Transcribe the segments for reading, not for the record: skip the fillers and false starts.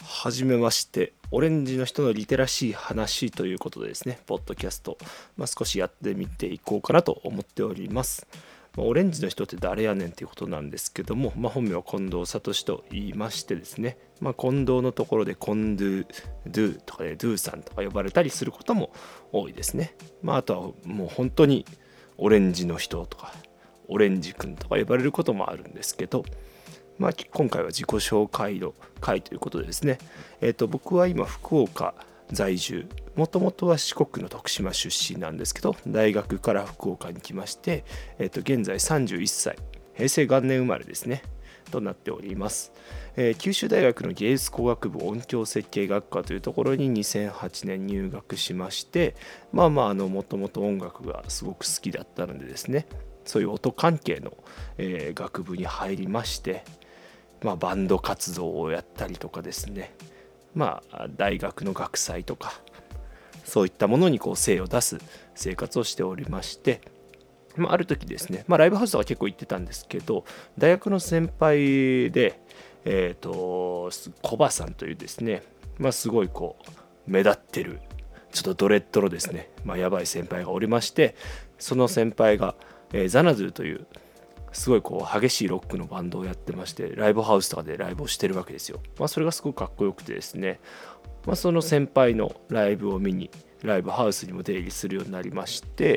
はじめまして、オレンジの人のリテラシー話ということでですね、ポッドキャスト、少しやってみていこうかなと思っております。オレンジの人って誰やねんということなんですけども、本名は近藤聡と言いましてですね、近藤のところでコンドゥ、ドゥとかでドゥさんとか呼ばれたりすることも多いですね。あとはもう本当にオレンジの人とか、オレンジくんとか呼ばれることもあるんですけど、今回は自己紹介の回ということでですね、僕は今福岡在住、もともとは四国の徳島出身なんですけど、大学から福岡に来まして、現在31歳、平成元年生まれですねとなっております。九州大学の芸術工学部音響設計学科というところに2008年入学しまして、もともと音楽がすごく好きだったのでですね、そういう音関係の、学部に入りまして、バンド活動をやったりとかですね、大学の学祭とかそういったものに精を出す生活をしておりまして、ある時ですね、ライブハウスとか結構行ってたんですけど、大学の先輩で、コバさんというですね、すごい目立ってるちょっとドレッドのですね、やばい先輩がおりまして、その先輩が、ザナズーというすごい激しいロックのバンドをやってまして、ライブハウスとかでライブをしてるわけですよ。それがすごくかっこよくてですね、その先輩のライブを見にライブハウスにも出入りするようになりまして、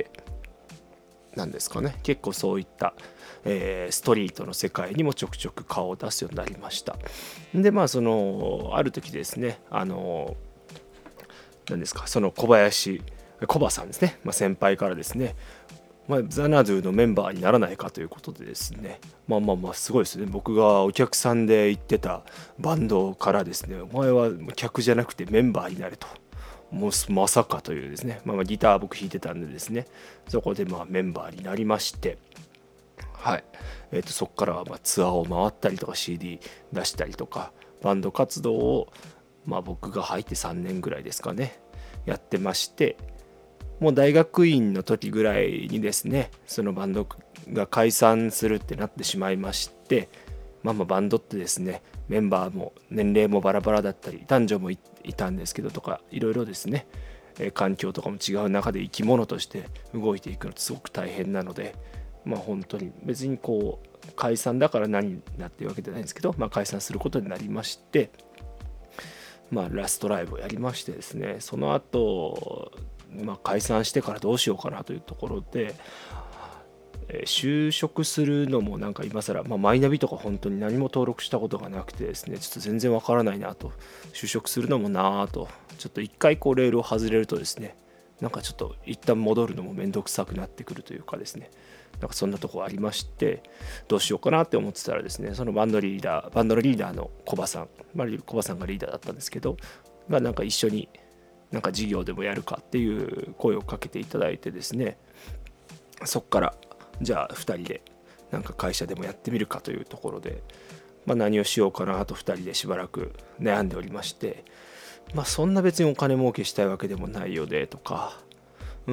なんですかね、結構そういった、ストリートの世界にもちょくちょく顔を出すようになりました。である時ですね、何ですか、そのコバさんですね、先輩からですね、ザナドゥのメンバーにならないかということでですね、すごいですね。僕がお客さんで行ってたバンドからですね、お前は客じゃなくてメンバーになれと、もうまさかというですね、ギター僕弾いてたんでですね、そこでメンバーになりまして、はい、そこからはツアーを回ったりとか CD 出したりとかバンド活動を、僕が入って3年ぐらいですかねやってまして、もう大学院の時ぐらいにですね、そのバンドが解散するってなってしまいまして、バンドってですね、メンバーも年齢もバラバラだったり男女も いたんですけどとか、いろいろですね、環境とかも違う中で生き物として動いていくのってすごく大変なので、本当に別に解散だから何だっていうわけじゃないんですけど、解散することになりまして、ラストライブをやりましてですね、その後解散してからどうしようかなというところで、就職するのも今更、マイナビとか本当に何も登録したことがなくてですね、ちょっと全然わからないなと、就職するのもなぁと、ちょっと一回レールを外れるとですね、ちょっと一旦戻るのもめんどくさくなってくるというかですね、そんなとこありまして、どうしようかなって思ってたらですね、そのバンドのリーダーのコバさん、コバさんがリーダーだったんですけど、一緒に事業でもやるかっていう声をかけていただいてですね、そこからじゃあ2人で会社でもやってみるかというところで、何をしようかなと2人でしばらく悩んでおりまして、そんな別にお金儲けしたいわけでもないよねとか、バ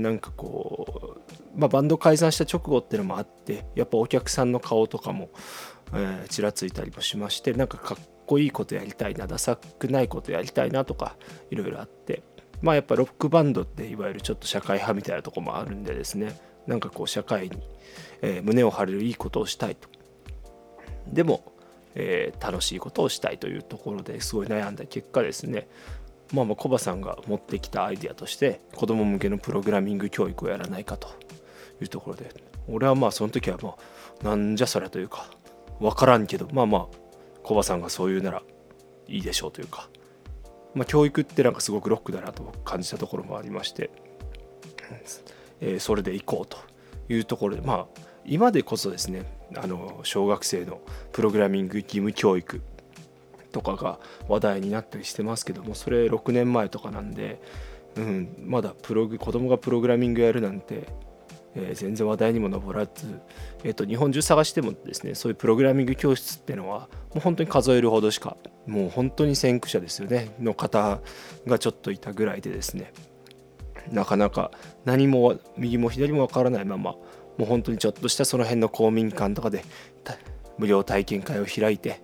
ンド解散した直後っていうのもあって、やっぱお客さんの顔とかも、ちらついたりもしまして、かっこいいことやりたいな、ダサくないことやりたいなとかいろいろあって、やっぱロックバンドっていわゆるちょっと社会派みたいなとこもあるんでですね、社会に、胸を張れるいいことをしたいと、でも、楽しいことをしたいというところですごい悩んだ結果ですね、コバさんが持ってきたアイデアとして子供向けのプログラミング教育をやらないかというところで、俺はその時はなんじゃそりゃというか分からんけど、コバさんがそう言うならいいでしょうというか、教育ってすごくロックだなと感じたところもありまして、それで行こうというところで、今でこそですね、小学生のプログラミング義務教育とかが話題になったりしてますけども、それ6年前とかなんで、まだ子供がプログラミングやるなんて、全然話題にも上らず、日本中探してもですね、そういうプログラミング教室っていうのはもう本当に数えるほどしか、もう本当に先駆者ですよねの方がちょっといたぐらいでですね、なかなか何も右も左もわからないまま、もう本当にちょっとしたその辺の公民館とかで無料体験会を開いて、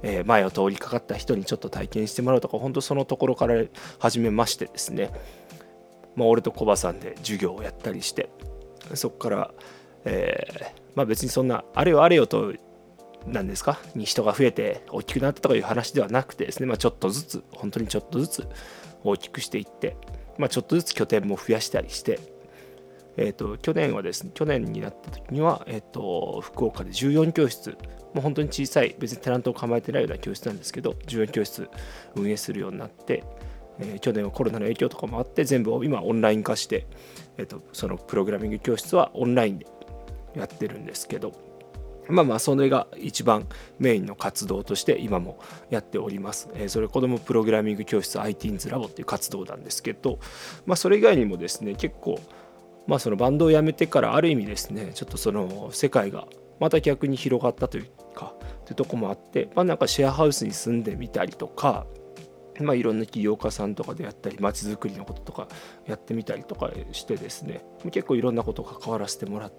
前を通りかかった人にちょっと体験してもらうとか、本当そのところから始めましてですね、俺とコバさんで授業をやったりして、そこから、別にそんなあれよと何ですかに人が増えて大きくなったとかいう話ではなくてですね、ちょっとずつ本当にちょっとずつ大きくしていって、ちょっとずつ拠点も増やしたりして、去年になった時には、福岡で14教室、もう本当に小さい、別にテナントを構えてないような教室なんですけど、14教室運営するようになって、去年はコロナの影響とかもあって全部を今オンライン化して、そのプログラミング教室はオンラインでやってるんですけど、それが一番メインの活動として今もやっております。それ子どもプログラミング教室 ITeens ラボっていう活動なんですけど、それ以外にもですね、結構そのバンドをやめてからある意味ですね、ちょっとその世界がまた逆に広がったというかというところもあって、なんかシェアハウスに住んでみたりとか、いろんな起業家さんとかでやったり、街づくりのこととかやってみたりとかしてですね、結構いろんなこと関わらせてもらって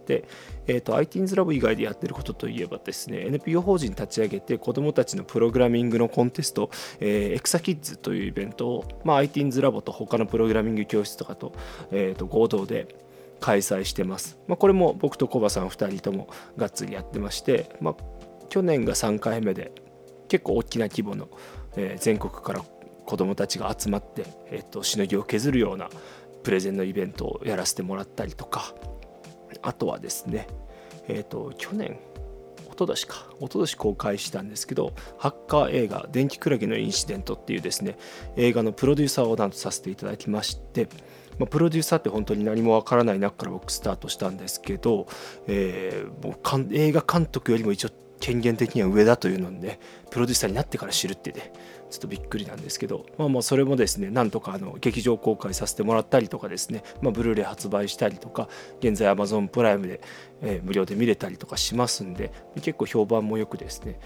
、ITeens ラボ以外でやってることといえばですね、NPO 法人立ち上げて子どもたちのプログラミングのコンテスト、エクサキッズというイベントを、ITeens ラボと他のプログラミング教室とかと、合同で開催してます。これも僕とコバさん2人ともがっつりやってまして、去年が3回目で結構大きな規模の、全国から子どもたちが集まって、しのぎを削るようなプレゼンのイベントをやらせてもらったりとか、あとはですね、去年一昨年公開したんですけど、ハッカー映画電気クラゲのインシデントっていうですね、映画のプロデューサーをなんとさせていただきまして、プロデューサーって本当に何もわからない中から僕スタートしたんですけど、もう映画監督よりも一応権限的には上だというので、プロデューサーになってから知るってね、ちょっとびっくりなんですけど、それもですね、なんとか劇場公開させてもらったりとかですね、ブルーレイ発売したりとか、現在 Amazon プライムで、無料で見れたりとかしますんで、結構評判もよくですね、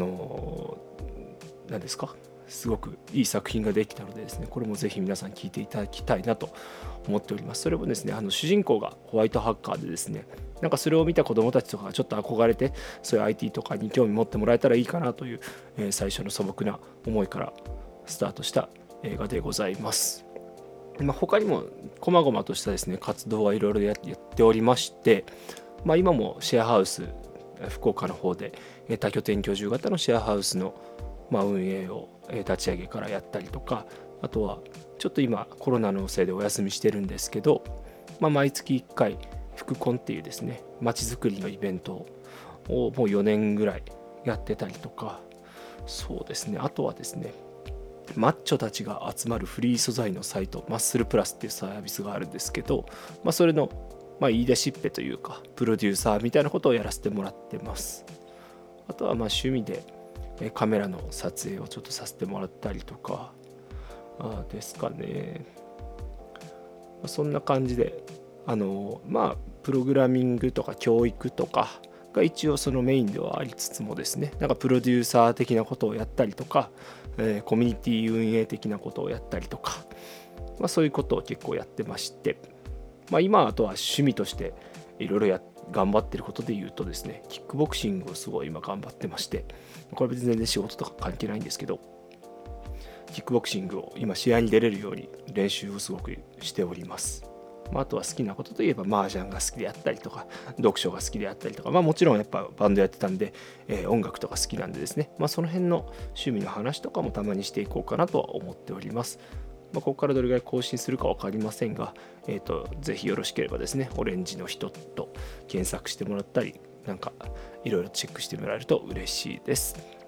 何ですか、すごくいい作品ができたのでですね、これもぜひ皆さん聞いていただきたいなと思っております。それもですね、主人公がホワイトハッカーでですね、なんかそれを見た子どもたちとかがちょっと憧れて、そういう IT とかに興味持ってもらえたらいいかなという、最初の素朴な思いからスタートした映画でございます。他にも細々としたですね活動はいろいろやっておりまして、今もシェアハウス福岡の方で多拠点居住型のシェアハウスの運営を立ち上げからやったりとか、あとはちょっと今コロナのせいでお休みしてるんですけど、毎月1回福コンっていうですね街づくりのイベントをもう4年ぐらいやってたりとか、そうですね、あとはですね、マッチョたちが集まるフリー素材のサイトマッスルプラスっていうサービスがあるんですけど、それの言い出しっぺというかプロデューサーみたいなことをやらせてもらってます。あとは趣味でカメラの撮影をちょっとさせてもらったりとかですかね。そんな感じでプログラミングとか教育とかが一応そのメインではありつつもですね、なんかプロデューサー的なことをやったりとか、コミュニティ運営的なことをやったりとか、そういうことを結構やってまして、今あとは趣味としていろいろ頑張ってることで言うとですね、キックボクシングをすごい今頑張ってまして、これ別に全然仕事とか関係ないんですけど、キックボクシングを今試合に出れるように練習をすごくしております。あとは好きなことといえば麻雀が好きであったりとか読書が好きであったりとか、もちろんやっぱバンドやってたんで、音楽とか好きなんでですね、その辺の趣味の話とかもたまにしていこうかなとは思っております。ここからどれぐらい更新するか分かりませんが、ぜひよろしければですね、オレンジの人と検索してもらったり、なんかいろいろチェックしてもらえると嬉しいです。